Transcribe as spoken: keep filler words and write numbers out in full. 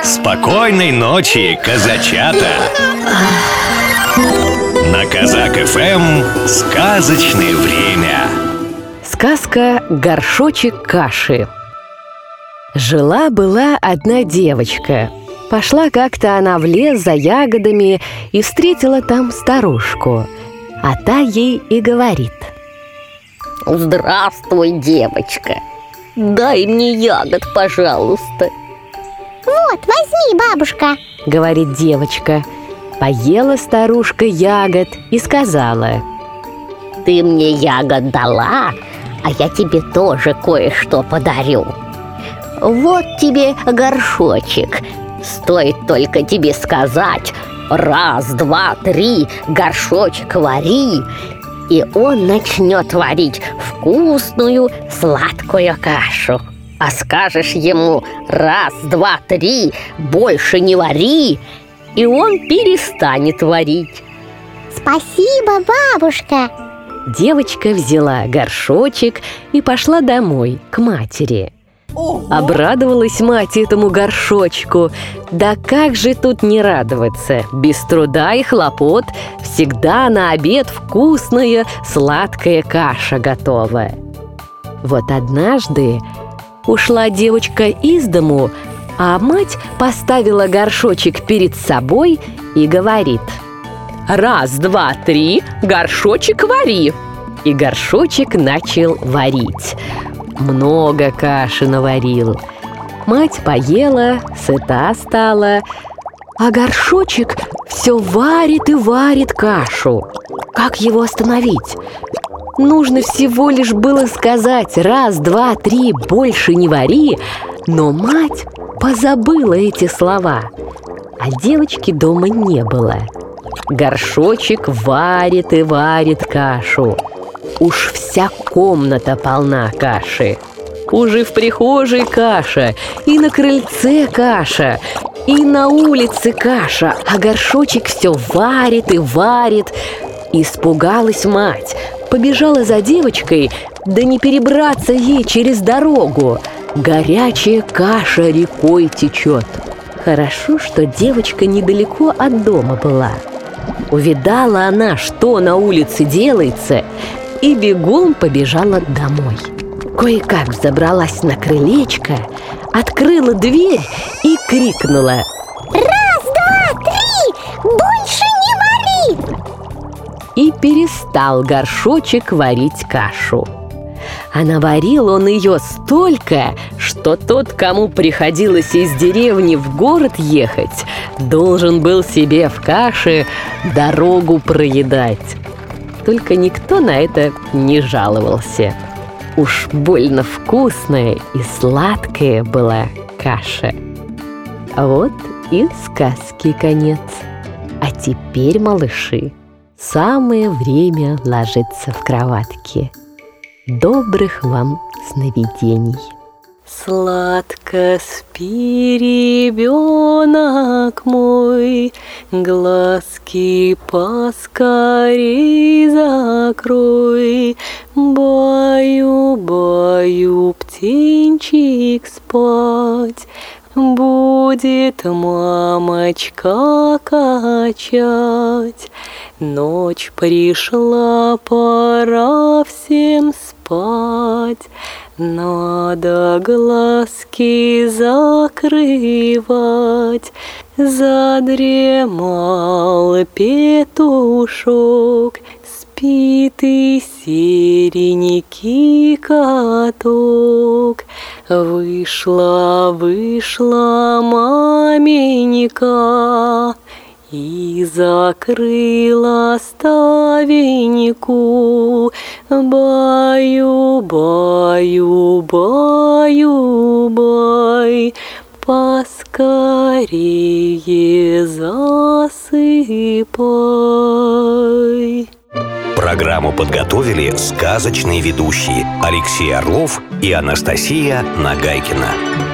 Спокойной ночи, казачата! На Казак эф эм сказочное время. Сказка «Горшочек каши». Жила-была одна девочка. Пошла как-то она в лес за ягодами и встретила там старушку. А та ей и говорит: «Здравствуй, девочка, дай мне ягод, пожалуйста». «Вот, возьми, бабушка», — говорит девочка. Поела старушка ягод и сказала: «Ты мне ягод дала, а я тебе тоже кое-что подарю. Вот тебе горшочек. Стоит только тебе сказать: раз, два, три, горшочек вари, и он начнет варить вкусную сладкую кашу. А скажешь ему: раз, два, три, больше не вари, и он перестанет варить». «Спасибо, бабушка!» Девочка взяла горшочек и пошла домой, к матери. Ого! Обрадовалась мать этому горшочку. Да как же тут не радоваться? Без труда и хлопот всегда на обед вкусная сладкая каша готова. Вот однажды ушла девочка из дому, а мать поставила горшочек перед собой и говорит: «Раз, два, три, горшочек вари!» И горшочек начал варить. Много каши наварил. Мать поела, сыта стала, а горшочек все варит и варит кашу. Как его остановить? Нужно всего лишь было сказать: раз, два, три, больше не вари. Но мать позабыла эти слова, а девочки дома не было. Горшочек варит и варит кашу. Уж вся комната полна каши. Уже в прихожей каша, и на крыльце каша, и на улице каша, а горшочек все варит и варит. Испугалась мать, побежала за девочкой, да не перебраться ей через дорогу. Горячая каша рекой течет. Хорошо, что девочка недалеко от дома была. Увидала она, что на улице делается, и бегом побежала домой. Кое-как взобралась на крылечко, открыла дверь и крикнула: «Раз, два, три! Больше не вари!» И перестал горшочек варить кашу. А наварил он ее столько, что тот, кому приходилось из деревни в город ехать, должен был себе в каше дорогу проедать. Только никто на это не жаловался. Уж больно вкусная и сладкая была каша. Вот и сказки конец. А теперь, малыши, самое время ложиться в кроватки. Добрых вам сновидений! Сладко спи, ребенок мой, глазки поскорей закрой. Баю-баю, птенчик спать, будет мамочка качать. Ночь пришла, пора всем спать. Надо глазки закрывать. Задремал петушок, спит и серенький каток. Вышла, вышла маменька и закрыла ставеньку. Баю, баю, баю, бай, поскорее засыпай. Программу подготовили сказочные ведущие Алексей Орлов и Анастасия Нагайкина.